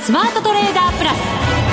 スマートトレーダープラス。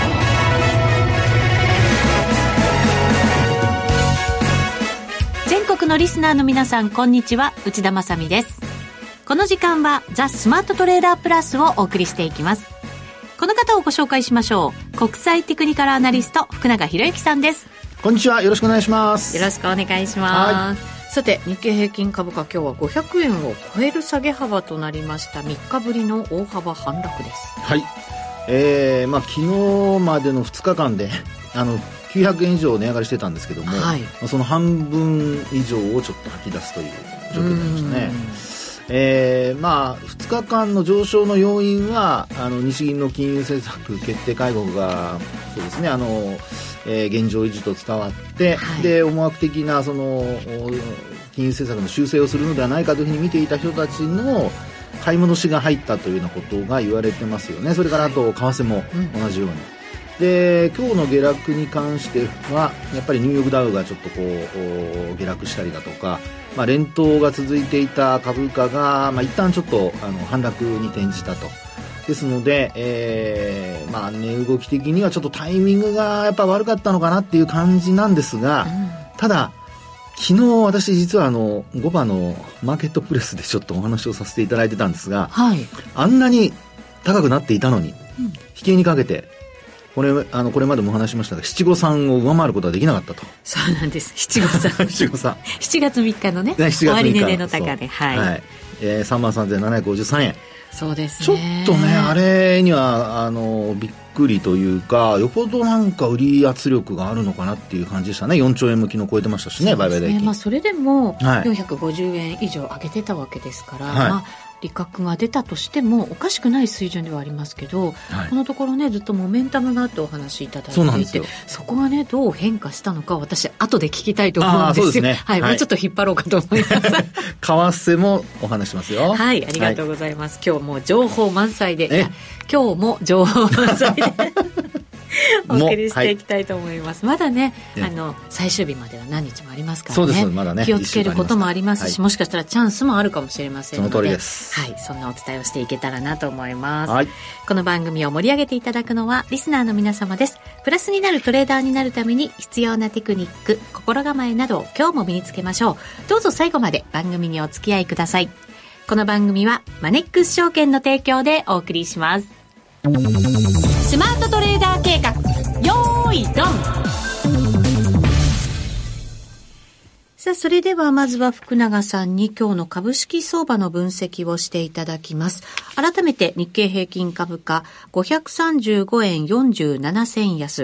全国のリスナーの皆さん、こんにちは、内田まさみです。この時間はザ・スマートトレーダープラスをお送りしていきます。この方をご紹介しましょう。国際テクニカルアナリスト、福永博之さんです。 こんにちは、よろしくお願いします。 よろしくお願いします。さて、日経平均株価、今日は500円を超える下げ幅となりました。3日ぶりの大幅反落です。 はい、昨日までの2日間で900円以上値上がりしてたんですけども、はい、その半分以上をちょっと吐き出すという状況になりましたね。2日間の上昇の要因は日銀の金融政策決定会合がそうですね、現状維持と伝わって、はい、で思惑的なその金融政策の修正をするのではないかというふうに見ていた人たちの買い戻しが入ったというようなことが言われてますよね。それからあと為替も同じように、で今日の下落に関してはやっぱりニューヨークダウがちょっとこう下落したりだとか、連投が続いていた株価が、一旦ちょっと反落に転じたと。ですので、値動き的にはちょっとタイミングがやっぱ悪かったのかなっていう感じなんですが、ただ昨日私実は5番のマーケットプレスでちょっとお話をさせていただいてたんですが、はい、あんなに高くなっていたのに、引けにかけてこれまでもお話しましたが七五三を上回ることはできなかったと。 そうなんです。七五三7月3日のね、終わり値の高値、はい 33,753円。 そうですね。 ちょっとね、あれにはびっくりというか、よほどなんか売り圧力があるのかなっていう感じでしたね。4兆円も昨日超えてましたしね、売買代金。 それでも450円以上上げてたわけですから、はい、利確が出たとしてもおかしくない水準ではありますけど、はい、このところねずっとモメンタムがあってお話しいただいていて、 そこがねどう変化したのか私後で聞きたいと思うんですよ。 そうですね、 はい、もうちょっと引っ張ろうかと思います為替もお話しますよ。 はい、ありがとうございます、はい、今日も情報満載で今日も情報満載でお送りしていきたいと思います。まだね、最終日までは何日もありますからね。 そうです、まだね、 気をつけることもありますし、もしかしたらチャンスもあるかもしれませんので、 その通りです。 はい、そんなお伝えをしていけたらなと思います、 はい、 この番組を盛り上げていただくのはリスナーの皆様です。プラスになるトレーダーになるために必要なテクニック、心構えなどを今日も身につけましょう。どうぞ最後まで番組にお付き合いください。この番組はマネックス証券の提供でお送りします。スマートトレーダー計画、よーいドン。さあ、それではまずは福永さんに今日の株式相場の分析をしていただきます。改めて日経平均株価535円47銭安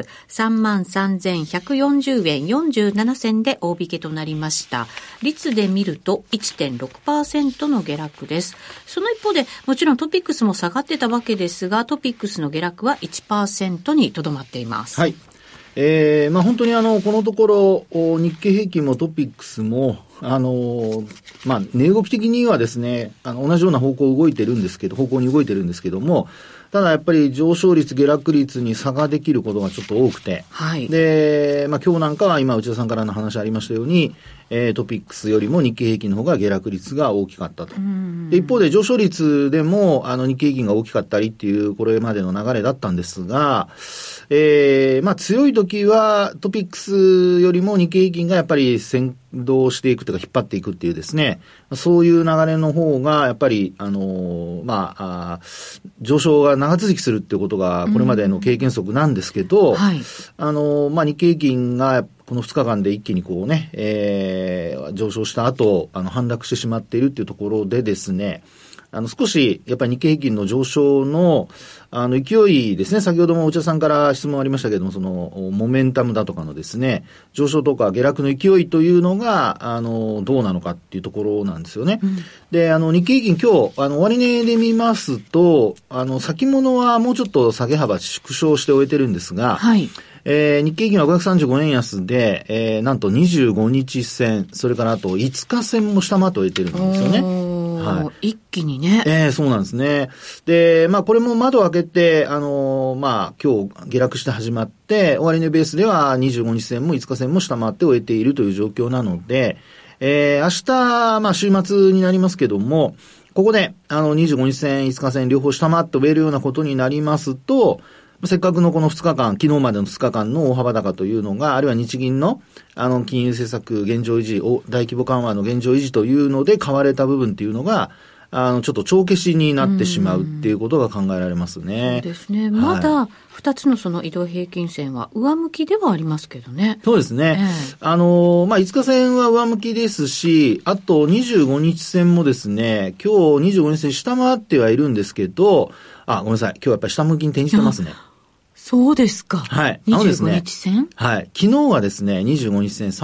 33,140 円47銭で大引けとなりました。率で見ると 1.6% の下落です。その一方でもちろんトピックスも下がってたわけですが、トピックスの下落は 1% にとどまっています。 はい、本当にこのところ日経平均もトピックスも値動き的にはですね同じような方向に動いてるんですけども、ただやっぱり上昇率下落率に差ができることがちょっと多くて、はい、で、今日なんかは今内田さんからの話ありましたように、トピックスよりも日経平均の方が下落率が大きかったと。で一方で上昇率でも日経平均が大きかったりっていうこれまでの流れだったんですが、強い時はトピックスよりも日経平均がやっぱり先導していくというか引っ張っていくっていうですね、そういう流れの方がやっぱり上昇が長続きするっていうことがこれまでの経験則なんですけど、はい、日経平均がこの2日間で一気にこうね、上昇した後反落してしまっているっていうところでですね、少しやっぱり日経平均の上昇の勢いですね、先ほども内田さんから質問ありましたけども、そのモメンタムだとかのですね、上昇とか下落の勢いというのがどうなのかっていうところなんですよね。で日経平均今日終値で見ますと先物はもうちょっと下げ幅縮小して終えてるんですが、はい、日経平均は535円安で、なんと25日線、それからあと5日線も下回って終えてるんですよね。はい、一気にね。そうなんですね。で、これも窓を開けて、今日下落して始まって、終値ベースでは25日線も5日線も下回って終えているという状況なので、明日、週末になりますけども、 ここで、25日線、5日線両方下回って終えるようなことになりますと、せっかくのこの2日間、昨日までの2日間の大幅高というのが、あるいは日銀の、金融政策現状維持、大規模緩和の現状維持というので買われた部分っていうのが、ちょっと帳消しになってしまうっていうことが考えられますね。 そうですね。まだ2つのその移動平均線は上向きではありますけどね。 そうですね。5日線は上向きですし、あと25日線もですね、今日25日線下回ってはいるんですけど、ごめんなさい。今日やっぱり下向きに転じてますね。 そうですか。 はい。 25日線、 はい。昨日はですね、25日線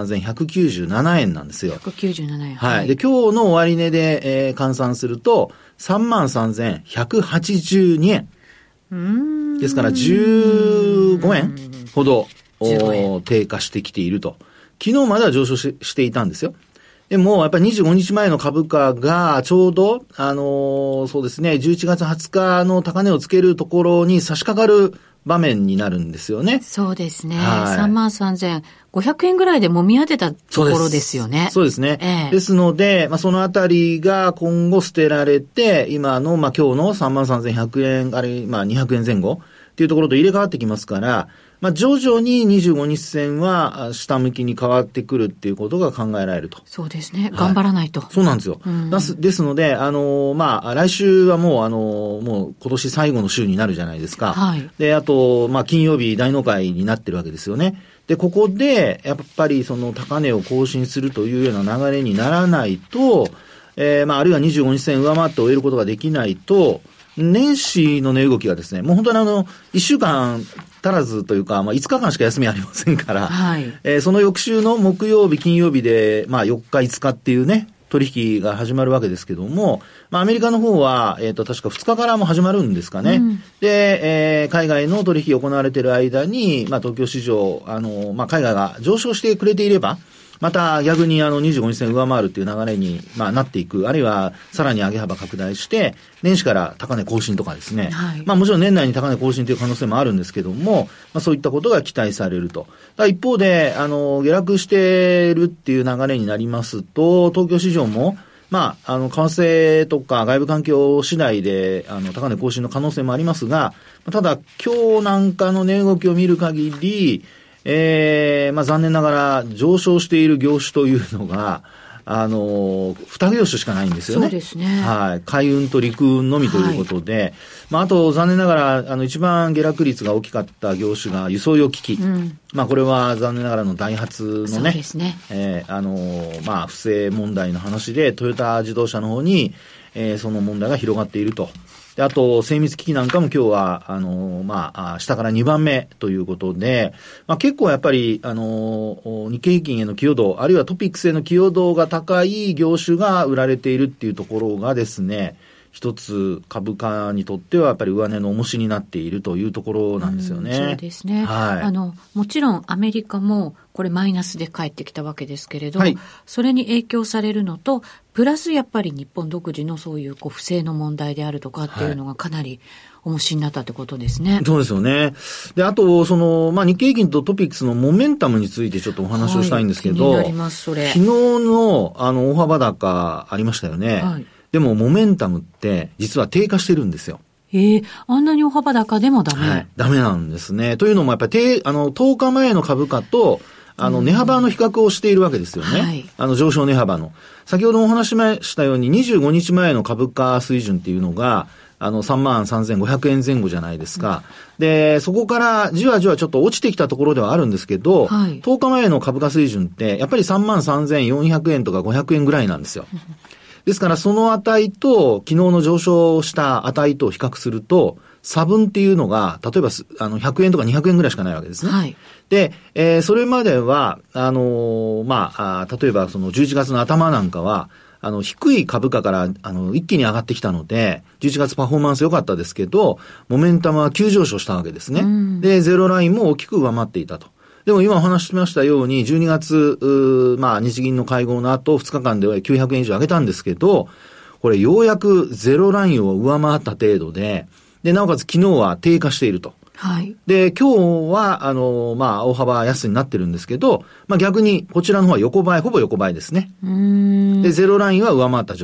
33,197 円なんですよ。 197円。 はい。で、今日の終値で、換算すると、33,182 円。ですから、15円ほど、低下してきていると。昨日までは上昇していたんですよ。でも、やっぱり25日前の株価がちょうど、そうですね、11月20日の高値をつけるところに差し掛かる場面になるんですよね。 そうですね。はい、33,500 円ぐらいで揉み当てたところですよね。 そうですね。ですので、そのあたりが今後捨てられて、今の、今日の 33,100 円、あるいは200円前後っていうところと入れ替わってきますから、徐々に25日線は下向きに変わってくるっていうことが考えられると。 そうですね。頑張らないと。 そうなんですよ。ですので、来週はもう今年最後の週になるじゃないですか。 はい。 で、あと、金曜日大納会になってるわけですよね。で、ここで、やっぱりその高値を更新するというような流れにならないと、あるいは25日線上回って終えることができないと、年始の値動きがですね、もう本当に1週間足らずというか、5日間しか休みありませんから、 はい。 その翌週の木曜日、金曜日で、4日、5日っていうね、取引が始まるわけですけども、アメリカの方は、確か2日からも始まるんですかね。で、海外の取引が行われている間に、東京市場、海外が上昇してくれていれば、また逆に25日線上回るっていう流れに、なっていく。あるいはさらに上げ幅拡大して、年始から高値更新とかですね。 はい、 もちろん年内に高値更新という可能性もあるんですけども、そういったことが期待されると。一方で、下落しているっていう流れになりますと、東京市場も、為替とか外部環境次第で、高値更新の可能性もありますが、ただ今日なんかの値動きを見る限り、残念ながら上昇している業種というのが、2業種しかないんですよね。 そうですね。 はい。海運と陸運のみということで、あと残念ながら、一番下落率が大きかった業種が輸送用機器。これは残念ながらのダイハツのね。 そうですね。 不正問題の話で、トヨタ自動車の方に、その問題が広がっていると。で、あと、精密機器なんかも今日は、下から2番目ということで、結構やっぱり、日経平均への寄与度、あるいはトピックスへの寄与度が高い業種が売られているっていうところがですね、一つ株価にとってはやっぱり上値の重しになっているというところなんですよね。 そうですね。 はい。 もちろんアメリカもこれマイナスで帰ってきたわけですけれど、それに影響されるのと、プラスやっぱり日本独自のそういう不正の問題であるとかっていうのがかなり重しになったってことですね。 そうですよね。で、あと、日経平均とトピックスのモメンタムについてちょっとお話をしたいんですけど、 気になります、それ。 昨日の大幅高ありましたよね。はい。でも、モメンタムって、実は低下してるんですよ。 あんなに大幅高でもダメ？ はい。ダメなんですね。というのも、やっぱり10日前の株価と、値幅の比較をしているわけですよね。はい。上昇値幅の。先ほどお話しましたように、25日前の株価水準っていうのが、33,500 円前後じゃないですか。で、そこからじわじわちょっと落ちてきたところではあるんですけど、はい、10日前の株価水準って、やっぱり 33,400 円とか500円ぐらいなんですよ。ですからその値と昨日の上昇した値と比較すると、差分っていうのが、例えば100円とか200円ぐらいしかないわけですね。はい、で、それまでは、例えばその11月の頭なんかは、低い株価から一気に上がってきたので、11月パフォーマンス良かったですけど、モメンタムは急上昇したわけですね。で、ゼロラインも大きく上回っていたと。でも今お話ししましたように、12月、日銀の会合の後2日間では900円以上上げたんですけど、これようやくゼロラインを上回った程度で、なおかつ昨日は低下していると。はい。で、今日は、大幅安になってるんですけど、逆にこちらの方は横ばい、ほぼ横ばいですね。で、ゼロラインは上回った状態。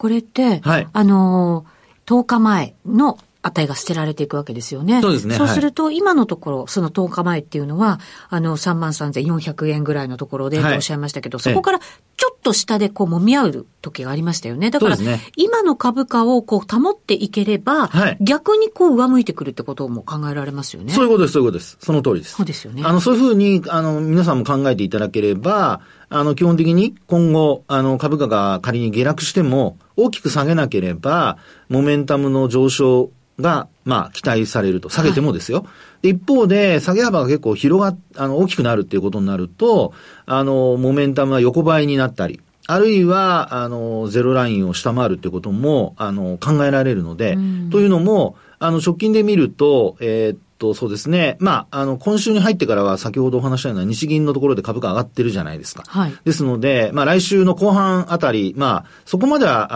これって、 はい、 10日前の値が捨てられていくわけですよね。 そうですね。 そうすると、今のところ、その10日前っていうのは、33,400 円ぐらいのところで、とおっしゃいましたけど、そこからちょっと下でこう揉み合う時がありましたよね。だから、今の株価をこう保っていければ、逆にこう上向いてくるってことも考えられますよね。 そういうことです、そういうことです。その通りです。 そうですよね。 そういうふうに、皆さんも考えていただければ、基本的に今後、株価が仮に下落しても、大きく下げなければ、モメンタムの上昇が、期待されると。下げてもですよ。で一方で、下げ幅が結構大きくなるっていうことになると、モメンタムは横ばいになったり、あるいは、ゼロラインを下回るっていうことも、考えられるので、というのも、直近で見ると、そうですね。今週に入ってからは先ほどお話したような日銀のところで株価上がってるじゃないですか。 はい。 ですので、来週の後半あたり、そこまでは、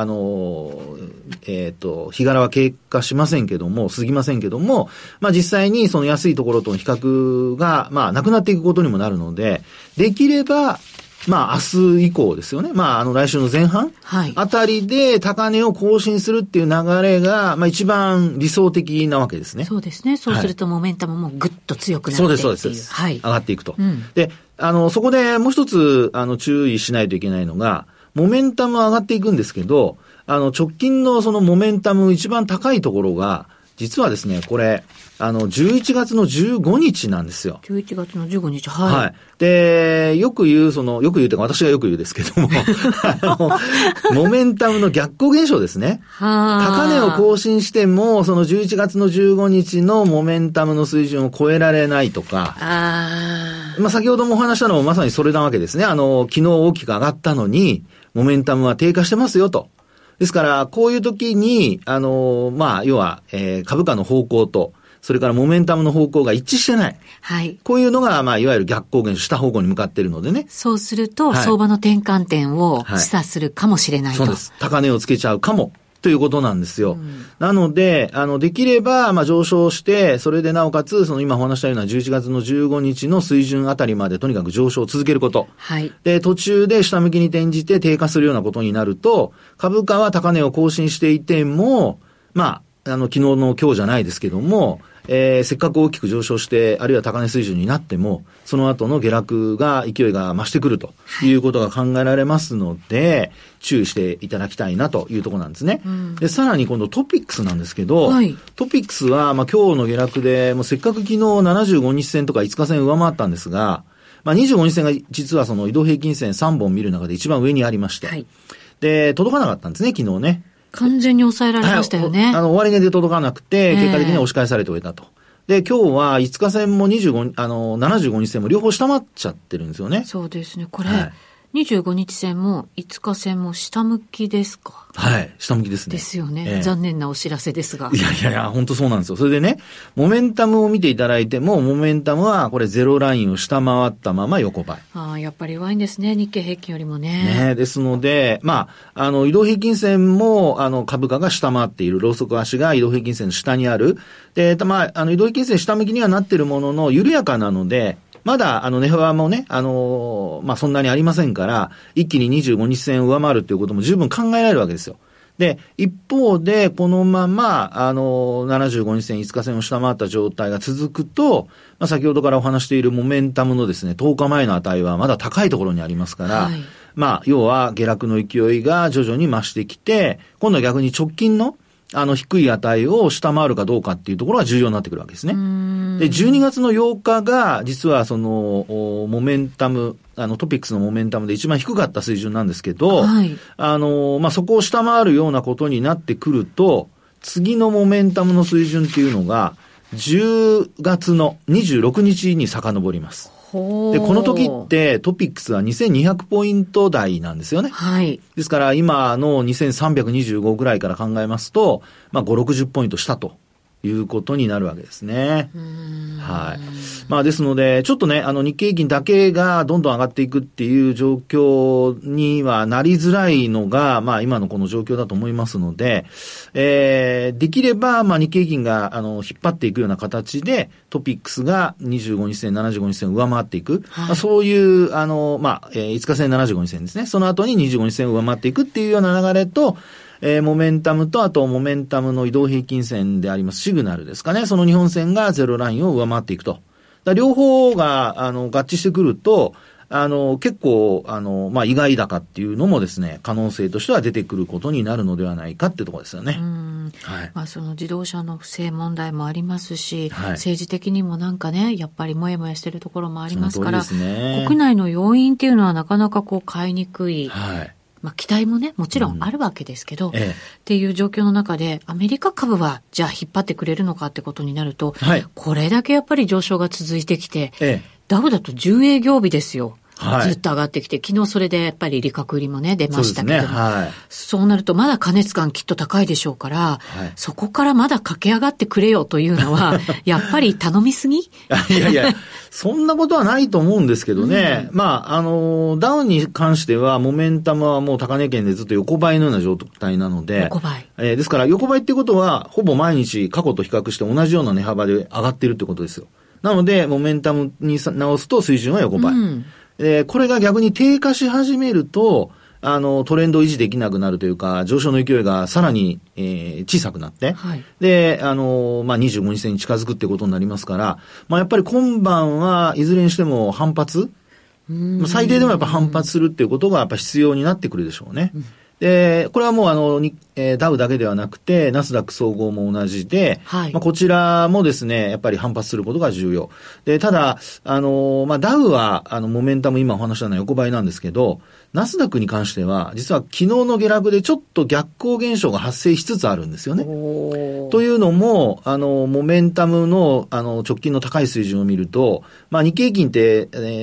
日柄は経過しませんけども、過ぎませんけども、実際にその安いところとの比較が、なくなっていくことにもなるので、できれば、明日以降ですよね。来週の前半あたりで高値を更新するっていう流れが、一番理想的なわけですね。 そうですね。そうするとモメンタムもぐっと強くなっていく。 そうです、そうです。 はい。 上がっていくと。で、そこでもう一つ、注意しないといけないのが、モメンタムは上がっていくんですけど、直近のそのモメンタム一番高いところが、実はですね、これ、11月の15日なんですよ。 11月の15日、はい。 はい。で、よく言うというか私がよく言うですけども、モメンタムの逆行現象ですね。高値を更新しても、その11月の15日のモメンタムの水準を超えられないとか、先ほどもお話したのもまさにそれなわけですね。昨日大きく上がったのに、モメンタムは低下してますよと。ですから、こういう時に、要は、株価の方向と、それからモメンタムの方向が一致してない。 はい。 こういうのが、いわゆる逆行現象、下方向に向かっているのでね。 そうすると、相場の転換点を示唆するかもしれないと。 そうです。高値をつけちゃうかも。ということなんですよ。なので、できれば、上昇して、それでなおかつ、その今お話したような11月の15日の水準あたりまでとにかく上昇を続けること。 はい。 で、途中で下向きに転じて低下するようなことになると、株価は高値を更新していても、昨日の今日じゃないですけども、せっかく大きく上昇して、あるいは高値水準になっても、その後の下落が、勢いが増してくるということが考えられますので、注意していただきたいなというところなんですね。で、さらに今度トピックスなんですけど、トピックスは、今日の下落で、もうせっかく昨日75日線とか5日線上回ったんですが、25日線が実はその移動平均線3本見る中で一番上にありまして、で、届かなかったんですね、昨日ね。 完全に抑えられましたよね。 終値で届かなくて、結果的には押し返されておいたと。で、今日は5日線も75日線も両方下回っちゃってるんですよね。 そうですね。これ、25日線も5日線も下向きですか？ はい、下向きですね。 ですよね。残念なお知らせですが。 いや、本当そうなんですよ。それでね、モメンタムを見ていただいても、モメンタムはこれゼロラインを下回ったまま横ばい。 やっぱり弱いんですね。日経平均よりもね。 ですので、移動平均線も、株価が下回っている。ローソク足が移動平均線の下にある。で、移動平均線下向きにはなっているものの、緩やかなので、まだ、値幅もね、そんなにありませんから、一気に25日線を上回るということも十分考えられるわけですよ。で、一方で、このまま、75日線、5日線を下回った状態が続くと、先ほどからお話しているモメンタムのですね、10日前の値はまだ高いところにありますから、要は下落の勢いが徐々に増してきて、今度は逆に直近の低い値を下回るかどうかっていうところが重要になってくるわけですね。で、12月の8日が、実はその、モメンタム、トピックスのモメンタムで一番低かった水準なんですけど、そこを下回るようなことになってくると、次のモメンタムの水準っていうのが、10月の26日に遡ります。で、この時ってトピックスは2200ポイント台なんですよね。ですから今の2325ぐらいから考えますと、5、60ポイント下ということになるわけですね。ですので、ちょっとね、日経平均だけがどんどん上がっていくっていう状況にはなりづらいのが、今のこの状況だと思いますので、できれば、日経平均が、引っ張っていくような形で、トピックスが25日線、75日線を上回っていく。そういう、5日線75日線ですね。その後に25日線を上回っていくっていうような流れと、 モメンタムと、あとモメンタムの移動平均線でありますシグナルですかね。その日本線がゼロラインを上回っていくと。両方が、合致してくると、結構、意外高っていうのもですね、可能性としては出てくることになるのではないかってところですよね。 はい。その自動車の不正問題もありますし、はい、政治的にもなんかね、やっぱりもやもやしてるところもありますから、国内の要因っていうのはなかなか買いにくい。はい。期待もね、もちろんあるわけですけど、っていう状況の中で、アメリカ株はじゃあ引っ張ってくれるのかってことになると、はい、これだけやっぱり上昇が続いてきて、ダウだと10営業日ですよ。はい、ずっと上がってきて、昨日それでやっぱり利確売りもね、出ましたけども、そうですね、はい、そうなるとまだ過熱感きっと高いでしょうから、はい、そこからまだ駆け上がってくれよというのは、やっぱり頼みすぎ？いや、そんなことはないと思うんですけどね。ダウンに関しては、モメンタムはもう高値圏でずっと横ばいのような状態なので、 横ばい。 ですから横ばいってことは、ほぼ毎日過去と比較して同じような値幅で上がってるってことですよ。なので、モメンタムに直すと水準は横ばい。これが逆に低下し始めると、トレンドを維持できなくなるというか、上昇の勢いがさらに、小さくなって、はい、で、25日線に近づくってことになりますから、やっぱり今晩はいずれにしても反発、最低でもやっぱ反発するっていうことがやっぱ必要になってくるでしょうね。で、これはもうダウだけではなくて、ナスダック総合も同じで、はい、こちらもですね、やっぱり反発することが重要。で、ただ、ダウは、モメンタム今お話したのは横ばいなんですけど、ナスダックに関しては、実は昨日の下落でちょっと逆行現象が発生しつつあるんですよね。というのも、モメンタムの、直近の高い水準を見ると、日経平均って、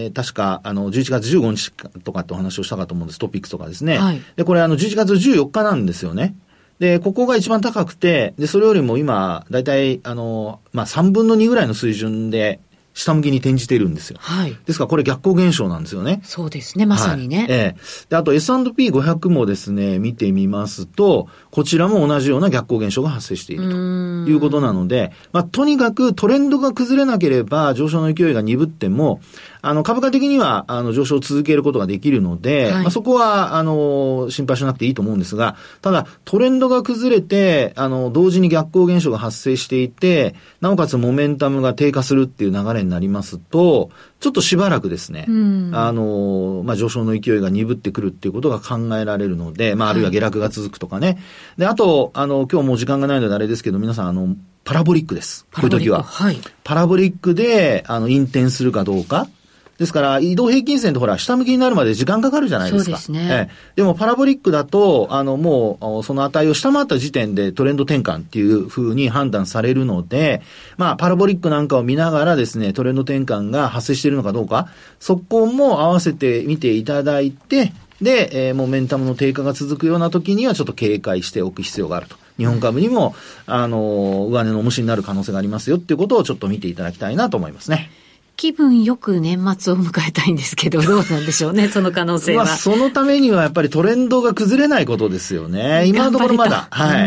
確か、11月15日とかってお話をしたかと思うんです。トピックスとかですね。はい、で、これ11月14日なんですよね。で、ここが一番高くて、で、それよりも今、だいたい、3分の2ぐらいの水準で、下向きに転じているんですよ。はい。ですからこれ逆行現象なんですよね。 そうですね、まさにね。 はい、で、あと S&P500 もですね、見てみますと、こちらも同じような逆行現象が発生しているということなので、とにかくトレンドが崩れなければ上昇の勢いが鈍っても、株価的には、上昇を続けることができるので、はい、そこは、心配しなくていいと思うんですが、ただ、トレンドが崩れて、同時に逆行現象が発生していて、なおかつモメンタムが低下するっていう流れになりますと、ちょっとしばらくですね、上昇の勢いが鈍ってくるっていうことが考えられるので、あるいは下落が続くとかね。で、あと、今日もう時間がないのであれですけど、皆さん、パラボリックです。こういう時は。はい。パラボリックで、引転するかどうか。ですから、移動平均線ってほら、下向きになるまで時間かかるじゃないですか。 そうですね。 でも、パラボリックだと、もう、その値を下回った時点でトレンド転換っていう風に判断されるので、パラボリックなんかを見ながらですね、トレンド転換が発生しているのかどうか、そこも合わせて見ていただいて、で、モメンタムの低下が続くような時にはちょっと警戒しておく必要があると。日本株にも、上値の重しになる可能性がありますよっていうことをちょっと見ていただきたいなと思いますね。 気分よく年末を迎えたいんですけど、どうなんでしょうね、その可能性は。 そのためにはやっぱりトレンドが崩れないことですよね。今のところまだ、はい。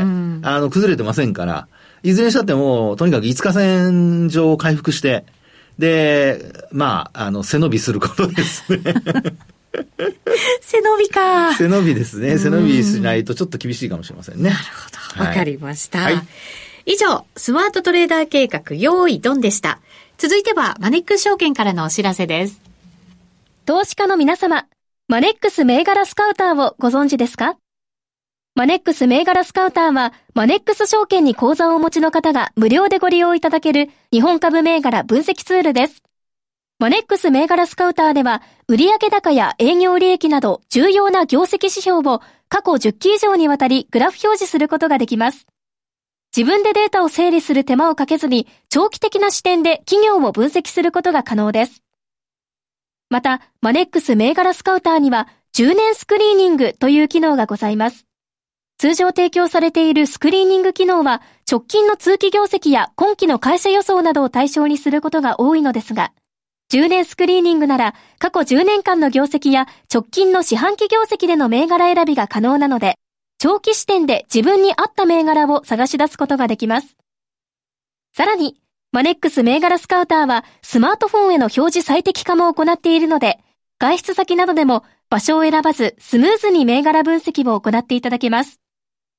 崩れてませんから。いずれにしたっても、とにかく5日線上を回復して、で、背伸びすることですね。 背伸びか。 背伸びですね。背伸びしないとちょっと厳しいかもしれませんね。 なるほど。わかりました。はい、以上、スマートトレーダー計画、用意ドンでした。続いては、マネックス証券からのお知らせです。 投資家の皆様、マネックス銘柄スカウターをご存知ですか？マネックス銘柄スカウターは、マネックス証券に口座をお持ちの方が無料でご利用いただける日本株銘柄分析ツールです。マネックス銘柄スカウターでは、売上高や営業利益など重要な業績指標を過去10期以上にわたりグラフ表示することができます。自分でデータを整理する手間をかけずに、長期的な視点で企業を分析することが可能です。また、マネックス銘柄スカウターには、10年スクリーニングという機能がございます。通常提供されているスクリーニング機能は、直近の通期業績や今期の会社予想などを対象にすることが多いのですが、10年スクリーニングなら、過去10年間の業績や直近の四半期業績での銘柄選びが可能なので、長期視点で自分に合った銘柄を探し出すことができます。さらに、マネックス銘柄スカウターはスマートフォンへの表示最適化も行っているので、外出先などでも場所を選ばずスムーズに銘柄分析を行っていただけます。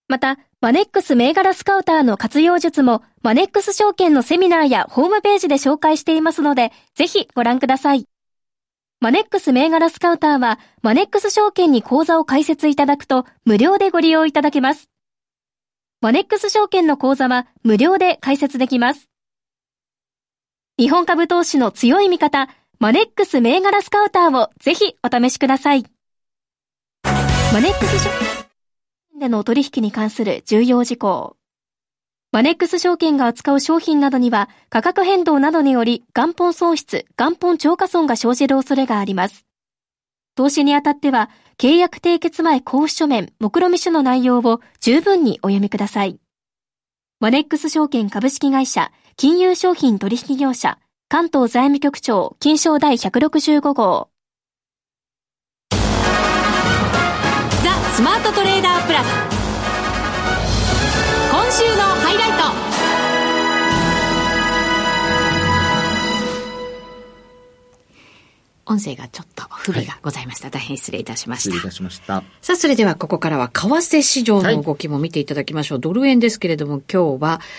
また、マネックス銘柄スカウターの活用術もマネックス証券のセミナーやホームページで紹介していますので、ぜひご覧ください。マネックス銘柄スカウターはマネックス証券に口座を開設いただくと無料でご利用いただけます。マネックス証券の口座は無料で開設できます。日本株投資の強い味方、マネックス銘柄スカウターをぜひお試しください。マネックス証券での取引に関する重要事項。マネックス証券が扱う商品などには価格変動などにより元本損失、元本超過損が生じる恐れがあります。投資にあたっては契約締結前交付書面、目論見書の内容を十分にお読みください。マネックス証券株式会社、金融商品取引業者、関東財務局長、金商第165号。 ザ・スマートトレーダープラス。今週のハイライト。音声がちょっと不備がございました。大変失礼いたしました。 失礼いたしました。 さあ、それではここからは為替市場の動きも見ていただきましょう。ドル円ですけれども、今日は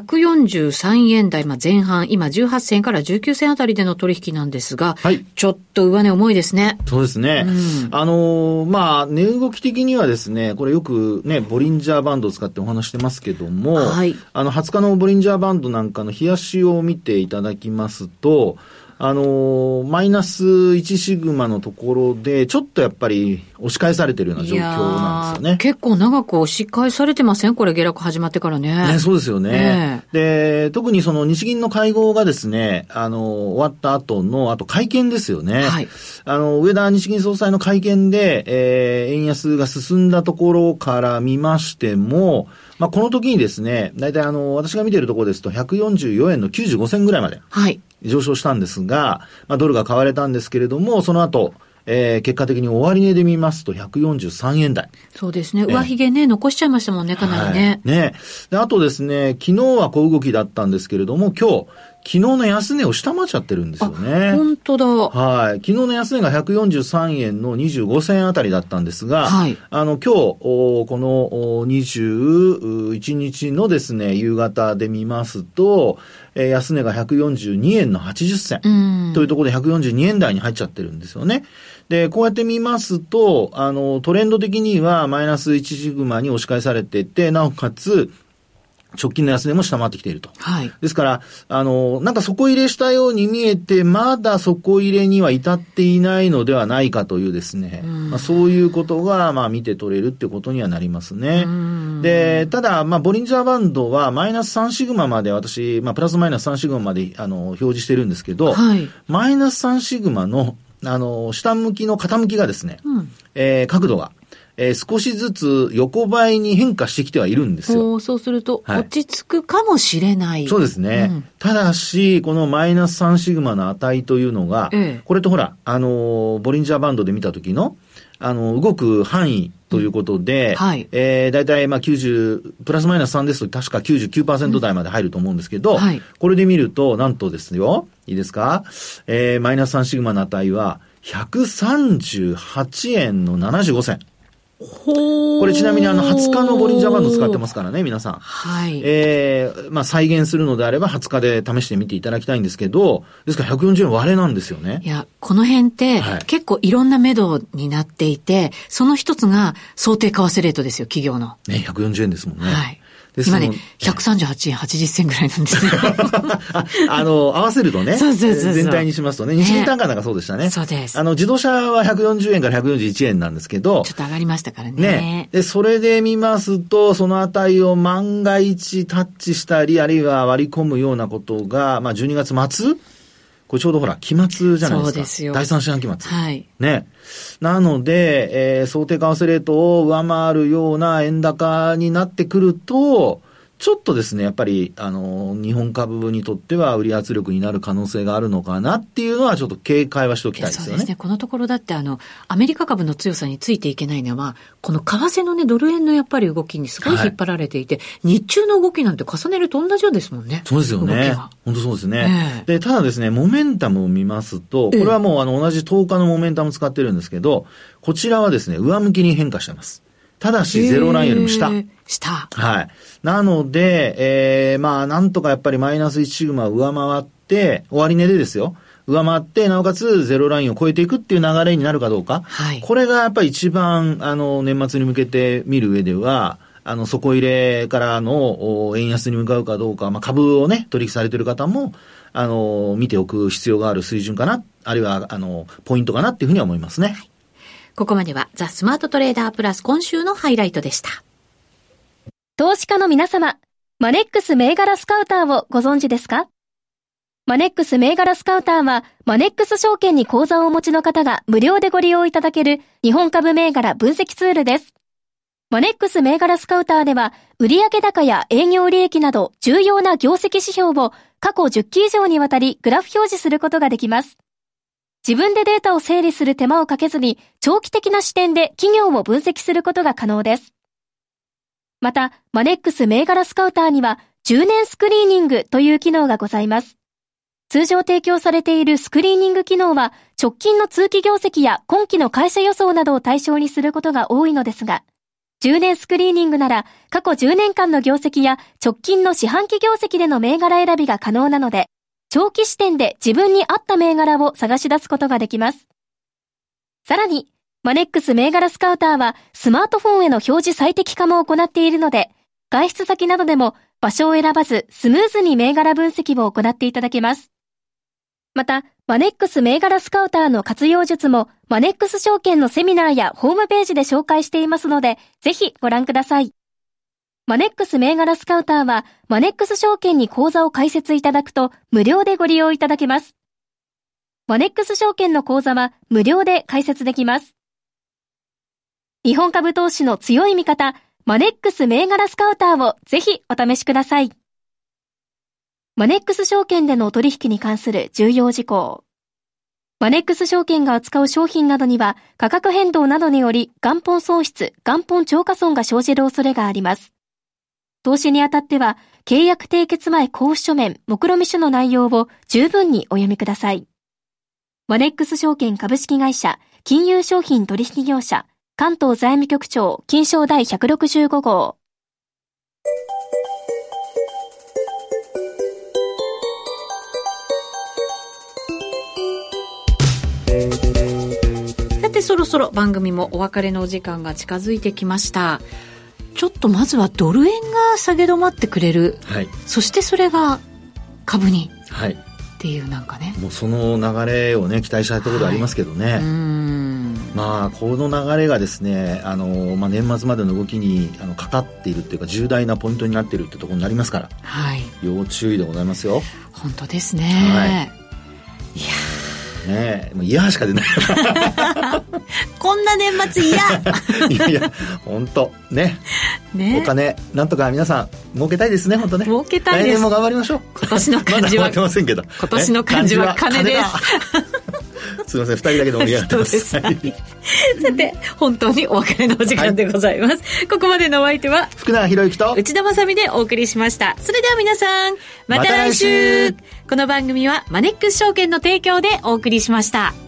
143円台、前半、今18銭から19銭あたりでの取引なんですが、ちょっと上値重いですね。 そうですね。値動き的にはですね、これよくね、ボリンジャーバンドを使ってお話してますけども、20日のボリンジャーバンドなんかの冷やしを見ていただきますと、マイナス1シグマのところで、ちょっとやっぱり押し返されてるような状況なんですよね。 結構長く押し返されてません？これ下落始まってからね。 そうですよね。で、特にその日銀の会合がですね、終わった後の、あと会見ですよね。上田日銀総裁の会見で、円安が進んだところから見ましても、この時にですね、だいたい私が見ているところですと、144円の95銭ぐらいまで。上昇したんですが、ドルが買われたんですけれども、その後、結果的に終値で見ますと143円台。 そうですね。上髭ね、残しちゃいましたもんね、かなりね。 で、あとですね、昨日は小動きだったんですけれども、昨日の安値を下回っちゃってるんですよね。 本当だ。 昨日の安値が143円の25銭あたりだったんですが、今日、この21日のですね、夕方で見ますと、安値が142円の80銭というところで142円台に入っちゃってるんですよね。で、こうやって見ますと、トレンド的にはマイナス1シグマに押し返されていて、なおかつ、直近の安値も下回ってきていると。ですから、なんか底入れしたように見えて、まだ底入れには至っていないのではないかというですね、そういうことが、見て取れるってことにはなりますね。で、ただ、ボリンジャーバンドはマイナス3シグマまで私、プラスマイナス3シグマまで、表示してるんですけど、マイナス3シグマの、下向きの傾きがですね、角度が、少しずつ横ばいに変化してきてはいるんですよ。 そうすると、落ち着くかもしれない。 そうですね。ただし、このマイナス3シグマの値というのが、これとほら、ボリンジャーバンドで見た時の、動く範囲ということで、だいたい90、プラスマイナス3ですと確か 99% 台まで入ると思うんですけど、これで見ると、なんとですよ、いいですか？マイナス3シグマの値は、138円の75銭。これちなみに20日のボリンジャーバンド使ってますからね、皆さん。再現するのであれば20日で試してみていただきたいんですけど、ですから140円割れなんですよね。 いや、この辺って、結構いろんな目処になっていて、その一つが想定為替レートですよ、企業の。 ね、140円ですもんね。 今ね、138円80銭ぐらいなんですね。 合わせるとね。 そう全体にしますとね。日銀単価なんかそうでしたね。 そうです。 自動車は140円から141円なんですけど。 ちょっと上がりましたからね。 で、それで見ますと、その値を万が一タッチしたり、あるいは割り込むようなことが、12月末これちょうどほら、期末じゃないですか。そうですよ。第3四半期末。ね。なので、想定為替レートを上回るような円高になってくると、ちょっとですね、やっぱり、日本株にとっては売り圧力になる可能性があるのかなっていうのはちょっと警戒はしておきたいですよね。 そうですね。このところだってアメリカ株の強さについていけないのは、この為替のね、ドル円のやっぱり動きにすごい引っ張られていて、日中の動きなんて重ねると同じようですもんね。 そうですよね。本当そうですね。で、ただですね、モメンタムを見ますと、これはもう同じ10日のモメンタム使ってるんですけど、こちらはですね、上向きに変化してます。 ただしゼロラインよりも下。はい。なので、なんとかやっぱりマイナス1シグマを上回って、終値でですよ。上回って、なおかつゼロラインを超えていくっていう流れになるかどうか。はい。これがやっぱり一番、年末に向けて見る上では、底入れからの円安に向かうかどうか、株をね、取引されている方も、見ておく必要がある水準かな、あるいは、ポイントかなっていうふうには思いますね。はい、 ここまでは、ザ・スマートトレーダープラス今週のハイライトでした。 投資家の皆様、マネックス銘柄スカウターをご存知ですか？マネックス銘柄スカウターは、マネックス証券に口座をお持ちの方が無料でご利用いただける日本株銘柄分析ツールです。マネックス銘柄スカウターでは、売上高や営業利益など重要な業績指標を過去10期以上にわたりグラフ表示することができます。自分でデータを整理する手間をかけずに、長期的な視点で企業を分析することが可能です。また、マネックス銘柄スカウターには、10年スクリーニングという機能がございます。通常提供されているスクリーニング機能は、直近の通期業績や今期の会社予想などを対象にすることが多いのですが、10年スクリーニングなら過去10年間の業績や直近の四半期業績での銘柄選びが可能なので、長期視点で自分に合った銘柄を探し出すことができます。さらに、マネックス銘柄スカウターはスマートフォンへの表示最適化も行っているので、外出先などでも場所を選ばずスムーズに銘柄分析を行っていただけます。また、マネックス銘柄スカウターの活用術もマネックス証券のセミナーやホームページで紹介していますので、ぜひご覧ください。マネックス銘柄スカウターはマネックス証券に口座を開設いただくと無料でご利用いただけます。マネックス証券の口座は無料で開設できます。日本株投資の強い味方、マネックス銘柄スカウターをぜひお試しください。マネックス証券での取引に関する重要事項。マネックス証券が扱う商品などには価格変動などにより元本損失、元本超過損が生じる恐れがあります。投資にあたっては契約締結前交付書面、目論見書の内容を十分にお読みください。マネックス証券株式会社、金融商品取引業者、関東財務局長、金商第165号。 さてそろそろ番組もお別れのお時間が近づいてきました。ちょっとまずはドル円が下げ止まってくれる、はい、そしてそれが株に、はい、っていうなんかね、 もうその流れをね期待したいところでありますけどね、はい、この流れがですね年末までの動きにかかっているっていうか重大なポイントになっているってところになりますから、はい、要注意でございますよ。 本当ですね、はい、いやねえ、もう嫌しか出ないこんな年末嫌いや本当 ねお金なんとか皆さん儲けたいですね。本当ね、儲けたいです。来年も頑張りましょう。 今年の漢字はまだ頑張ってませんけど、今年の漢字は金ですすいません、2人だけで盛り上がってます。 さて本当にお別れのお時間でございます、はい、ここまでのお相手は福永博之と内田まさみでお送りしました。それでは皆さんまた来週。この番組はマネックス証券の提供でお送りしました。